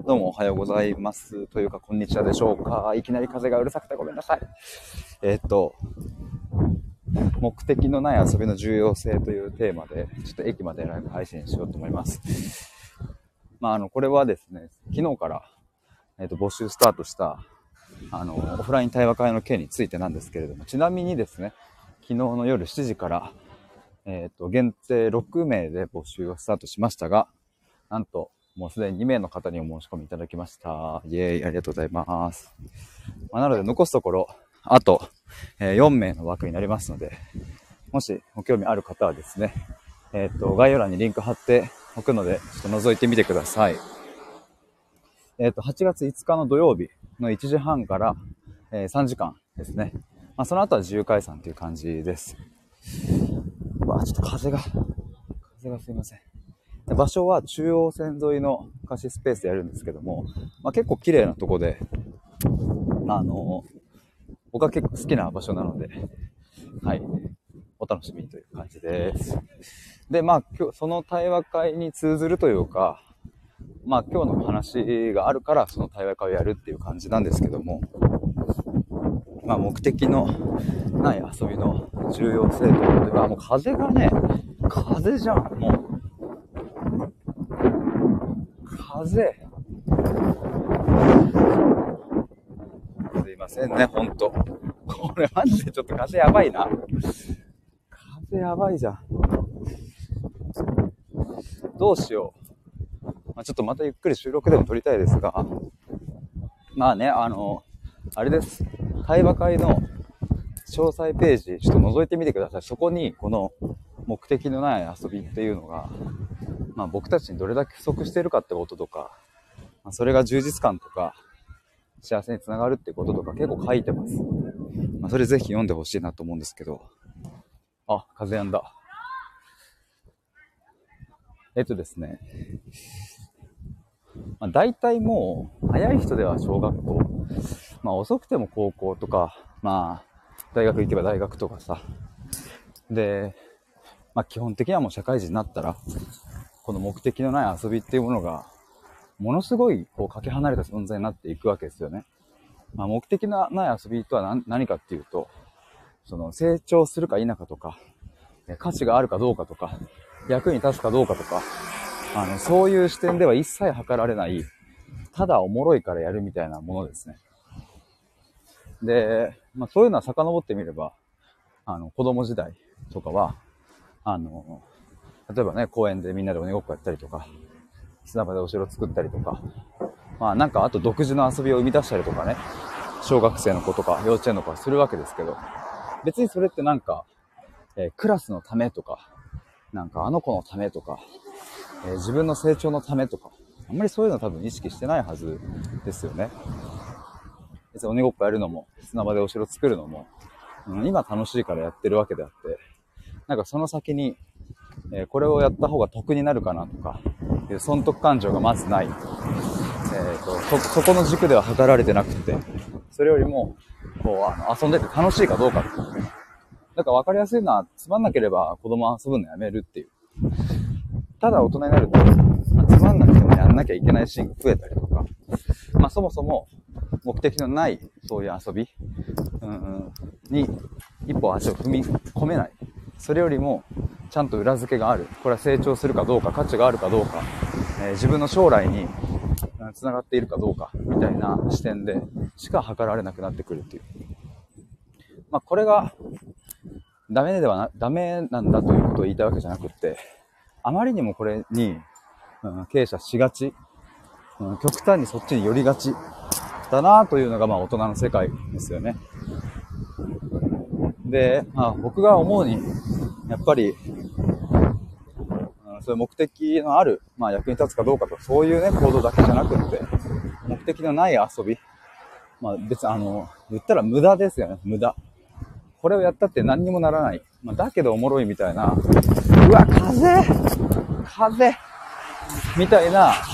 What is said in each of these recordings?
どうもおはようございますというかこんにちはでしょうか。いきなり風がうるさくてごめんなさい。目的のない遊びの重要性というテーマでちょっと駅までライブ配信しようと思います。これはですね、昨日から、募集スタートしたオフライン対話会の件についてなんですけれども、ちなみにですね、昨日の夜7時から限定6名で募集をスタートしましたが、なんともうすでに2名の方にお申し込みいただきました。イエーイ、ありがとうございます。なので残すところあと、4名の枠になりますので、もしご興味ある方はですね、概要欄にリンク貼っておくのでちょっと覗いてみてください。8月5日の土曜日の1時半から、3時間ですね。その後は自由解散という感じです。ちょっと風がすいません。場所は中央線沿いの貸しスペースでやるんですけども、結構綺麗なとこで、僕は結構好きな場所なので、はい、お楽しみという感じです。で、今日その対話会に通ずるというか、今日の話があるからその対話会をやるっていう感じなんですけども、目的のない遊びの重要性ということでは、もう風がね、風じゃん、もう。風。すいませんね、ほんと。これマジでちょっと風やばいな。風やばいじゃん。どうしよう。ちょっとまたゆっくり収録でも撮りたいですが、あれです。対話会の詳細ページ、ちょっと覗いてみてください。そこに、この目的のない遊びっていうのが、僕たちにどれだけ不足しているかってこととか、それが充実感とか、幸せにつながるってこととか結構書いてます。それぜひ読んでほしいなと思うんですけど。風やんだ。ですね。大体もう、早い人では小学校、遅くても高校とか、大学行けば大学とかさ。で、基本的にはもう社会人になったら、この目的のない遊びっていうものが、ものすごいこうかけ離れた存在になっていくわけですよね。目的のない遊びとは何かっていうと、その成長するか否かとか、価値があるかどうかとか、役に立つかどうかとか、そういう視点では一切測られない、ただおもろいからやるみたいなものですね。で、そういうのは遡ってみれば、子供時代とかは、例えばね、公園でみんなで鬼ごっこやったりとか、砂場でお城作ったりとか、あと独自の遊びを生み出したりとかね、小学生の子とか幼稚園の子はするわけですけど、別にそれってクラスのためとか、あの子のためとか、自分の成長のためとか、あんまりそういうの多分意識してないはずですよね。別に鬼ごっこやるのも、砂場でお城作るのも、今楽しいからやってるわけであって、その先に、これをやった方が得になるかなとか、いう損得感情がまずない。そこの軸では測られてなくて、それよりも、遊んでて楽しいかどうかっていうね。分かりやすいのは、つまんなければ子供は遊ぶのやめるっていう。ただ大人になると、つまんなくてもやんなきゃいけないシーンが増えたりとか、そもそも目的のないそういう遊び、に一歩足を踏み込めない。それよりもちゃんと裏付けがある。これは成長するかどうか、価値があるかどうか、自分の将来につながっているかどうかみたいな視点でしか測られなくなってくるっていう。これがダメなんだということを言いたいわけじゃなくって、あまりにもこれに、傾斜しがち、極端にそっちに寄りがちだなというのが大人の世界ですよね。で、僕が思うにやっぱり、そういう目的のある、役に立つかどうかとかそういうね行動だけじゃなくって、目的のない遊び、別に言ったら無駄ですよね。無駄。これをやったって何にもならない。だけどおもろいみたいな、うわ風みたいな、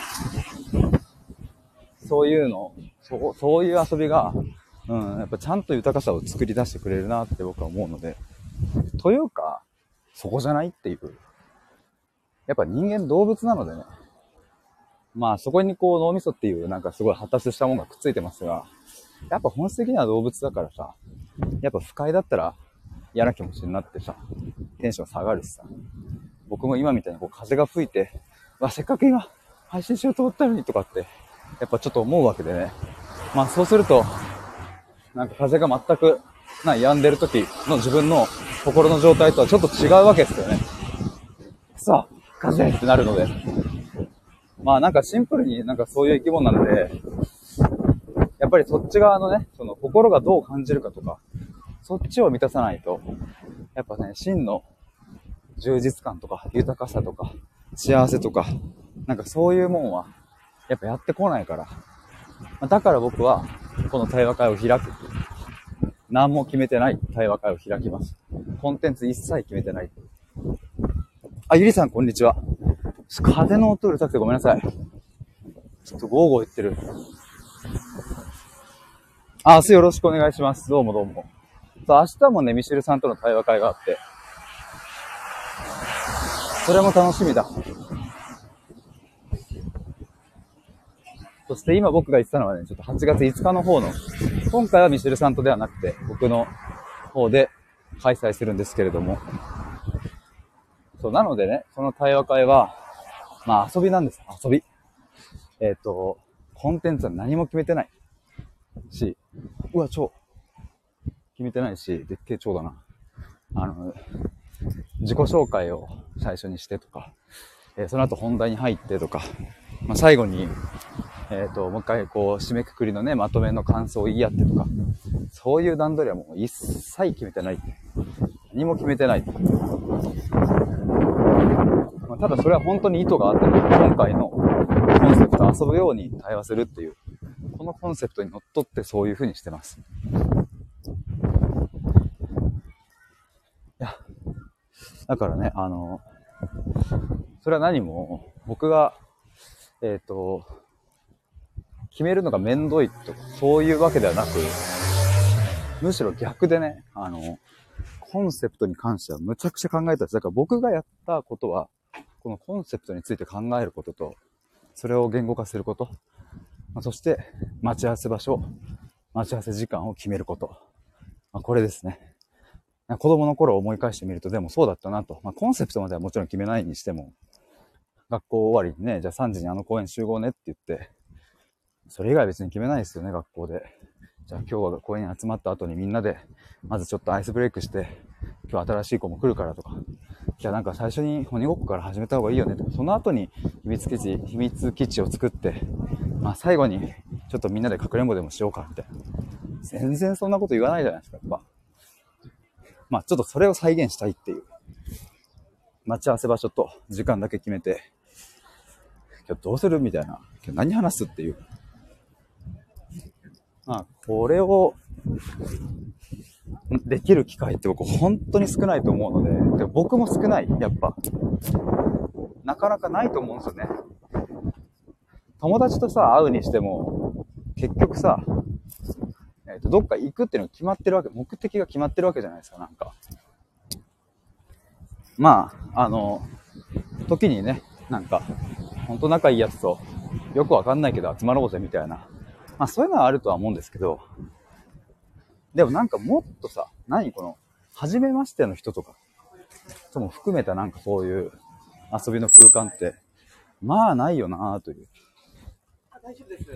そういう遊びが、やっぱちゃんと豊かさを作り出してくれるなって僕は思うので、というかそこじゃないっていう。やっぱ人間動物なのでね、 まあそこにこう脳みそっていうなんかすごい発達したものがくっついてますが、やっぱ本質的には動物だからさ、やっぱ不快だったら嫌な気持ちになってさ、テンション下がるしさ、僕も今みたいにこう風が吹いて、せっかく今配信しようと思ったのにとかって、やっぱちょっと思うわけでね。まあそうすると、なんか風が全く止んでる時の自分の心の状態とはちょっと違うわけですよね。さあ、風ってなるので。まあなんかシンプルになんかそういう生き物なんで、やっぱりそっち側のね、その心がどう感じるかとか、そっちを満たさないと、やっぱね、真の充実感とか豊かさとか幸せとか、なんかそういうもんはやっぱやってこないから。だから僕はこの対話会を開く。何も決めてない対話会を開きます。コンテンツ一切決めてない。ゆりさんこんにちは。風の音うるさくてごめんなさい。ちょっとゴーゴー言ってる。明日よろしくお願いします。どうもどうも。明日もね、ミシェルさんとの対話会があって、それも楽しみだ。そして今僕が言ってたのはね、ちょっと8月5日の方の、今回はミシェルさんとではなくて、僕の方で開催するんですけれども、そう、なのでね、その対話会は、まあ遊びなんです。遊び。コンテンツは何も決めてないし、超決めてないし、でっけえ超だな。自己紹介を最初にしてとか、その後本題に入ってとか、まあ、最後に、もう一回こう締めくくりのね、まとめの感想を言い合ってとか、そういう段取りはもう一切決めてない。何も決めてない。まあ、ただそれは本当に意図があって、今回のコンセプト遊ぶように対話するっていう、このコンセプトにのっとってそういう風にしてます。いや、だからね、それは何も僕が、決めるのがめんどいとか、そういうわけではなく、むしろ逆でね、コンセプトに関してはむちゃくちゃ考えたんです。だから僕がやったことは、このコンセプトについて考えることと、それを言語化すること、そして待ち合わせ場所、待ち合わせ時間を決めること。これですね。子供の頃を思い返してみると、でもそうだったなと。コンセプトまではもちろん決めないにしても、学校終わりにね、じゃあ3時にあの公園集合ねって言って、それ以外別に決めないですよね、学校で。じゃあ今日は公園に集まった後にみんなで、まずちょっとアイスブレイクして、今日新しい子も来るからとか、じゃあなんか最初に鬼ごっこから始めた方がいいよねとか、その後に秘密基地を作って、まあ最後にちょっとみんなでかくれんぼでもしようかみたいな。全然そんなこと言わないじゃないですか、やっぱ。まあちょっとそれを再現したいっていう。待ち合わせ場所と時間だけ決めて、今日どうするみたいな。今日何話すっていう。まあこれをできる機会って僕本当に少ないと思うので、僕も少ない、やっぱ。なかなかないと思うんですよね。友達とさ、会うにしても、結局さ、どっか行くっていうのが決まってるわけ、目的が決まってるわけじゃないですか、なんか。まあ、時にね、なんか、ほんと仲いいやつと、よくわかんないけど集まろうぜみたいな。まあそういうのはあるとは思うんですけど、でもなんかもっとさ、この、初めましての人とか、とも含めたなんかそういう遊びの空間って、まあないよなぁという。大丈夫です。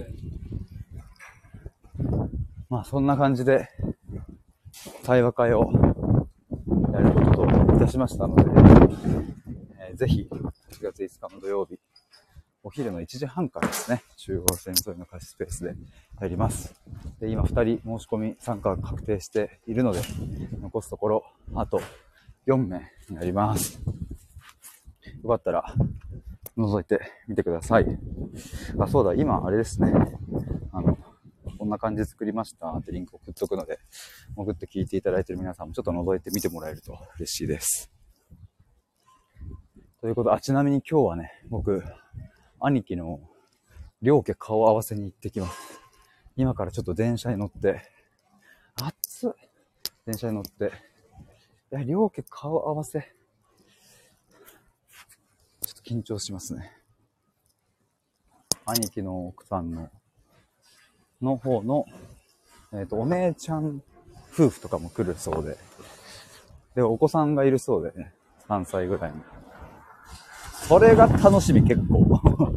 まあそんな感じで、対話会をやることといたしましたので、ぜひ、8月5日の土曜日、お昼の1時半からですね、中央線沿いの貸しスペースで入ります。で、今2人申し込み参加が確定しているので、残すところ、あと4名になります。よかったら、覗いてみてください。そうだ、今、あれですね。こんな感じで作りましたってリンクを送っとくので、潜って聞いていただいている皆さんもちょっと覗いてみてもらえると嬉しいです。ということで、ちなみに今日はね、僕、兄貴の両家顔合わせに行ってきます。今からちょっと電車に乗って、暑い。電車に乗って、両家顔合わせ。ちょっと緊張しますね。 兄貴の奥さんの方の、お姉ちゃん夫婦とかも来るそうで、で、お子さんがいるそうでね、3歳ぐらいの。それが楽しみ、結構。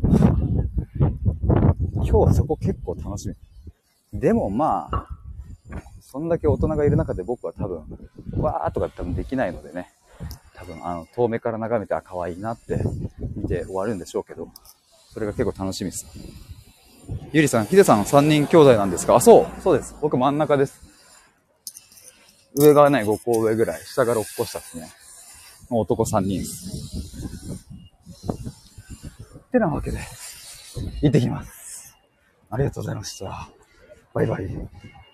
今日そこ結構楽しみ。でもまあ、そんだけ大人がいる中で僕は多分、わーとか多分できないのでね、多分遠目から眺めて、あ、可愛いなって見て終わるんでしょうけど、それが結構楽しみです。ゆりさん、ヒデさん3人兄弟なんですか？あ、そうです。僕真ん中です。上がね、5個上ぐらい、下が6個下ですね。男3人です。ってなわけで、行ってきます。ありがとうございました。バイバイ。